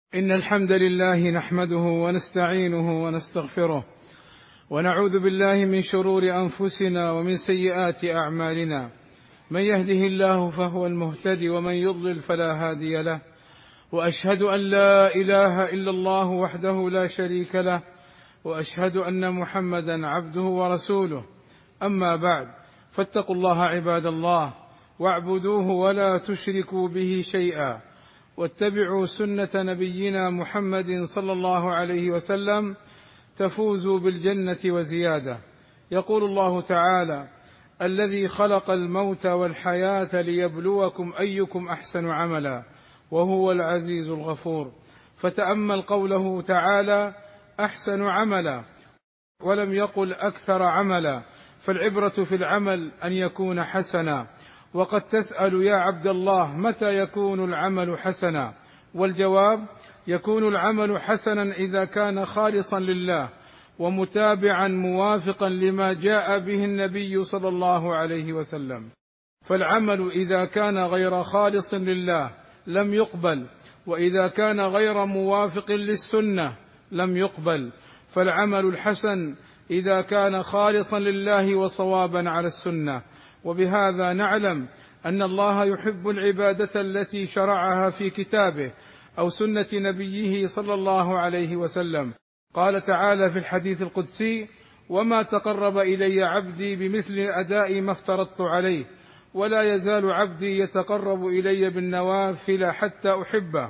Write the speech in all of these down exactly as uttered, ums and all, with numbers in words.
إن الحمد لله نحمده ونستعينه ونستغفره ونعوذ بالله من شرور أنفسنا ومن سيئات أعمالنا. من يهده الله فهو المهتدي ومن يضلل فلا هادي له، وأشهد أن لا إله إلا الله وحده لا شريك له، وأشهد أن محمدا عبده ورسوله. أما بعد، فاتقوا الله عباد الله واعبدوه ولا تشركوا به شيئا، واتبعوا سنة نبينا محمد صلى الله عليه وسلم تفوزوا بالجنة وزيادة. يقول الله تعالى: الذي خلق الموت والحياة ليبلوكم أيكم أحسن عملا وهو العزيز الغفور. فتأمل قوله تعالى: أحسن عملا، ولم يقل أكثر عملا، فالعبرة في العمل أن يكون حسنا. وقد تسأل يا عبد الله: متى يكون العمل حسنا؟ والجواب: يكون العمل حسنا إذا كان خالصا لله ومتابعا موافقا لما جاء به النبي صلى الله عليه وسلم. فالعمل إذا كان غير خالص لله لم يقبل، وإذا كان غير موافق للسنة لم يقبل. فالعمل الحسن إذا كان خالصا لله وصوابا على السنة. وبهذا نعلم أن الله يحب العبادة التي شرعها في كتابه أو سنة نبيه صلى الله عليه وسلم. قال تعالى في الحديث القدسي: وما تقرب إلي عبدي بمثل أداء ما افترضت عليه، ولا يزال عبدي يتقرب إلي بالنوافل حتى أحبه.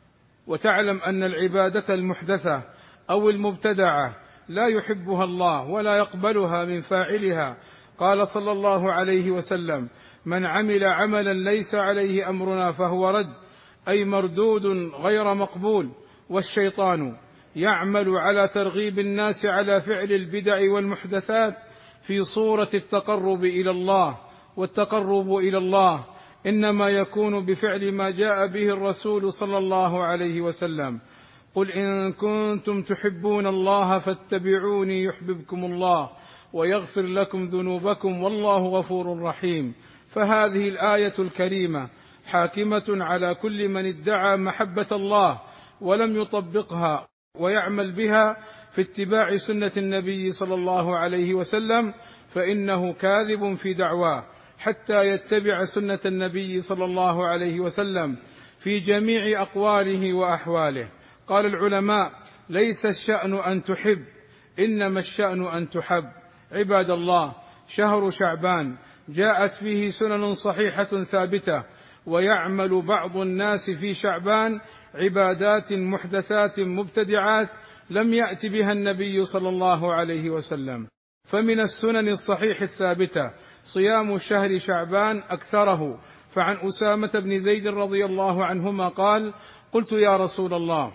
وتعلم أن العبادة المحدثة أو المبتدعة لا يحبها الله ولا يقبلها من فاعلها. قال صلى الله عليه وسلم: من عمل عملا ليس عليه أمرنا فهو رد، أي مردود غير مقبول. والشيطان يعمل على ترغيب الناس على فعل البدع والمحدثات في صورة التقرب إلى الله، والتقرب إلى الله إنما يكون بفعل ما جاء به الرسول صلى الله عليه وسلم. قل إن كنتم تحبون الله فاتبعوني يحببكم الله ويغفر لكم ذنوبكم والله غفور رحيم. فهذه الآية الكريمة حاكمة على كل من ادعى محبة الله ولم يطبقها ويعمل بها في اتباع سنة النبي صلى الله عليه وسلم، فإنه كاذب في دعواه حتى يتبع سنة النبي صلى الله عليه وسلم في جميع أقواله وأحواله. قال العلماء: ليس الشأن أن تحب، إنما الشأن أن تحب. عباد الله، شهر شعبان جاءت فيه سنن صحيحة ثابتة، ويعمل بعض الناس في شعبان عبادات محدثات مبتدعات لم يأت بها النبي صلى الله عليه وسلم. فمن السنن الصحيح الثابتة صيام شهر شعبان أكثره. فعن أسامة بن زيد رضي الله عنهما قال: قلت يا رسول الله،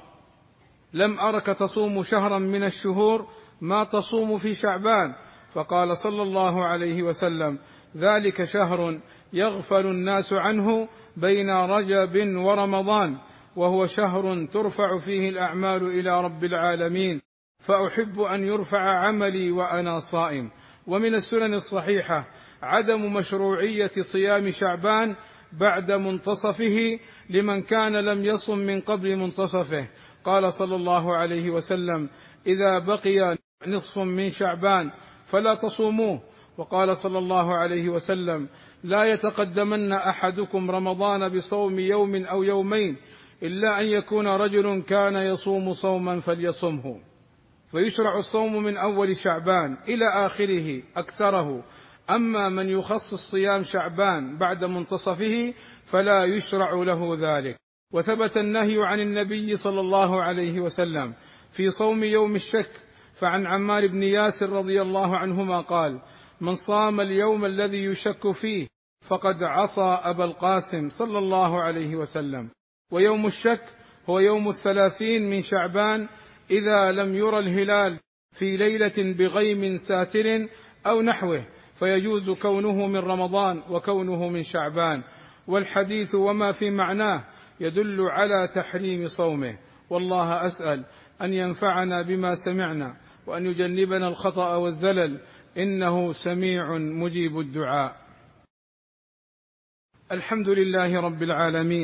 لم أرك تصوم شهرا من الشهور ما تصوم في شعبان. فقال صلى الله عليه وسلم: ذلك شهر يغفل الناس عنه بين رجب ورمضان، وهو شهر ترفع فيه الأعمال إلى رب العالمين، فأحب أن يرفع عملي وأنا صائم. ومن السنن الصحيحة عدم مشروعية صيام شعبان بعد منتصفه لمن كان لم يصم من قبل منتصفه. قال صلى الله عليه وسلم: إذا بقي نصف من شعبان فلا تصوموه. وقال صلى الله عليه وسلم: لا يتقدمن أحدكم رمضان بصوم يوم أو يومين إلا أن يكون رجل كان يصوم صوما فليصمه. فيشرع الصوم من أول شعبان إلى آخره أكثره. أما من يخصص صيام شعبان بعد منتصفه فلا يشرع له ذلك. وثبت النهي عن النبي صلى الله عليه وسلم في صوم يوم الشك. فعن عمار بن ياسر رضي الله عنهما قال: من صام اليوم الذي يشك فيه فقد عصى أبا القاسم صلى الله عليه وسلم. ويوم الشك هو يوم الثلاثين من شعبان إذا لم يرى الهلال في ليلة بغيم ساتر أو نحوه، فيجوز كونه من رمضان وكونه من شعبان. والحديث وما في معناه يدل على تحريم صومه. والله أسأل أن ينفعنا بما سمعنا وأن يجنبنا الخطأ والزلل، إنه سميع مجيب الدعاء. الحمد لله رب العالمين،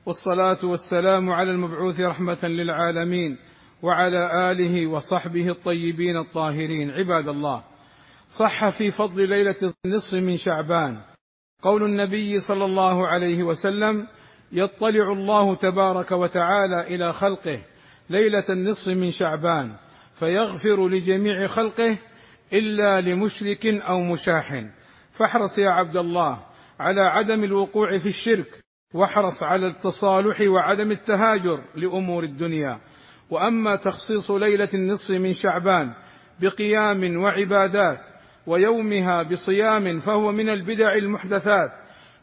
والصلاة والسلام على المبعوث رحمة للعالمين وعلى آله وصحبه الطيبين الطاهرين. عباد الله، صح في فضل ليلة النصف من شعبان قول النبي صلى الله عليه وسلم: يطلع الله تبارك وتعالى إلى خلقه ليلة النصف من شعبان فيغفر لجميع خلقه إلا لمشرك أو مشاح. فاحرص يا عبد الله على عدم الوقوع في الشرك، واحرص على التصالح وعدم التهاجر لأمور الدنيا. وأما تخصيص ليلة النصف من شعبان بقيام وعبادات ويومها بصيام فهو من البدع المحدثات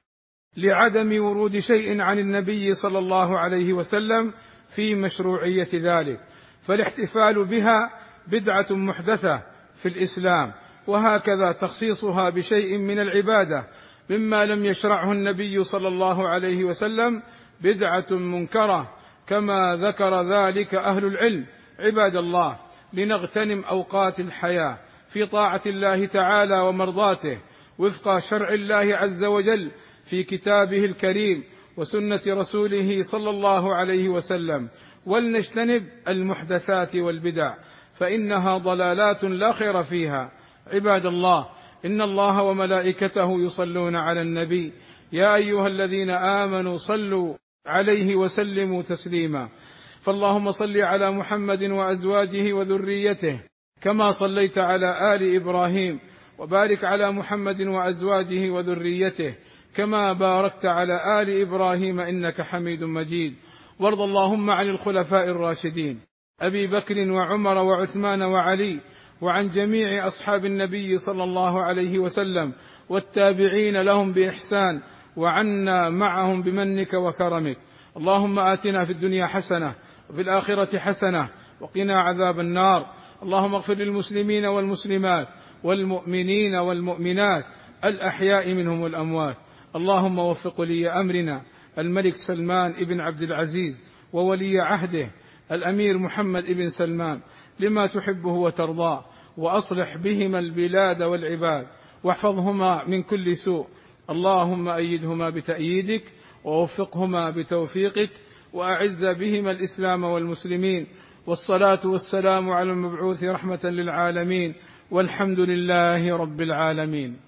لعدم ورود شيء عن النبي صلى الله عليه وسلم في مشروعية ذلك، فالاحتفال بها بدعة محدثة في الإسلام، وهكذا تخصيصها بشيء من العبادة مما لم يشرعه النبي صلى الله عليه وسلم بدعة منكرة، كما ذكر ذلك أهل العلم. عباد الله، لنغتنم أوقات الحياة في طاعة الله تعالى ومرضاته وفق شرع الله عز وجل في كتابه الكريم وسنة رسوله صلى الله عليه وسلم، ولنجتنب المحدثات والبدع فإنها ضلالات لا خير فيها. عباد الله، إن الله وملائكته يصلون على النبي، يا أيها الذين آمنوا صلوا عليه وسلموا تسليما. فاللهم صل على محمد وأزواجه وذريته كما صليت على آل إبراهيم، وبارك على محمد وأزواجه وذريته كما باركت على آل إبراهيم إنك حميد مجيد. وارض اللهم عن الخلفاء الراشدين أبي بكر وعمر وعثمان وعلي، وعن جميع أصحاب النبي صلى الله عليه وسلم والتابعين لهم بإحسان، وعنا معهم بمنك وكرمك. اللهم آتنا في الدنيا حسنة وفي الآخرة حسنة وقنا عذاب النار. اللهم اغفر للمسلمين والمسلمات والمؤمنين والمؤمنات الأحياء منهم والأموات. اللهم وفق ولي أمرنا الملك سلمان ابن عبد العزيز وولي عهده الأمير محمد ابن سلمان لما تحبه وترضاه، وأصلح بهما البلاد والعباد، واحفظهما من كل سوء. اللهم أيدهما بتأييدك ووفقهما بتوفيقك، وأعز بهما الإسلام والمسلمين. والصلاة والسلام على المبعوث رحمة للعالمين، والحمد لله رب العالمين.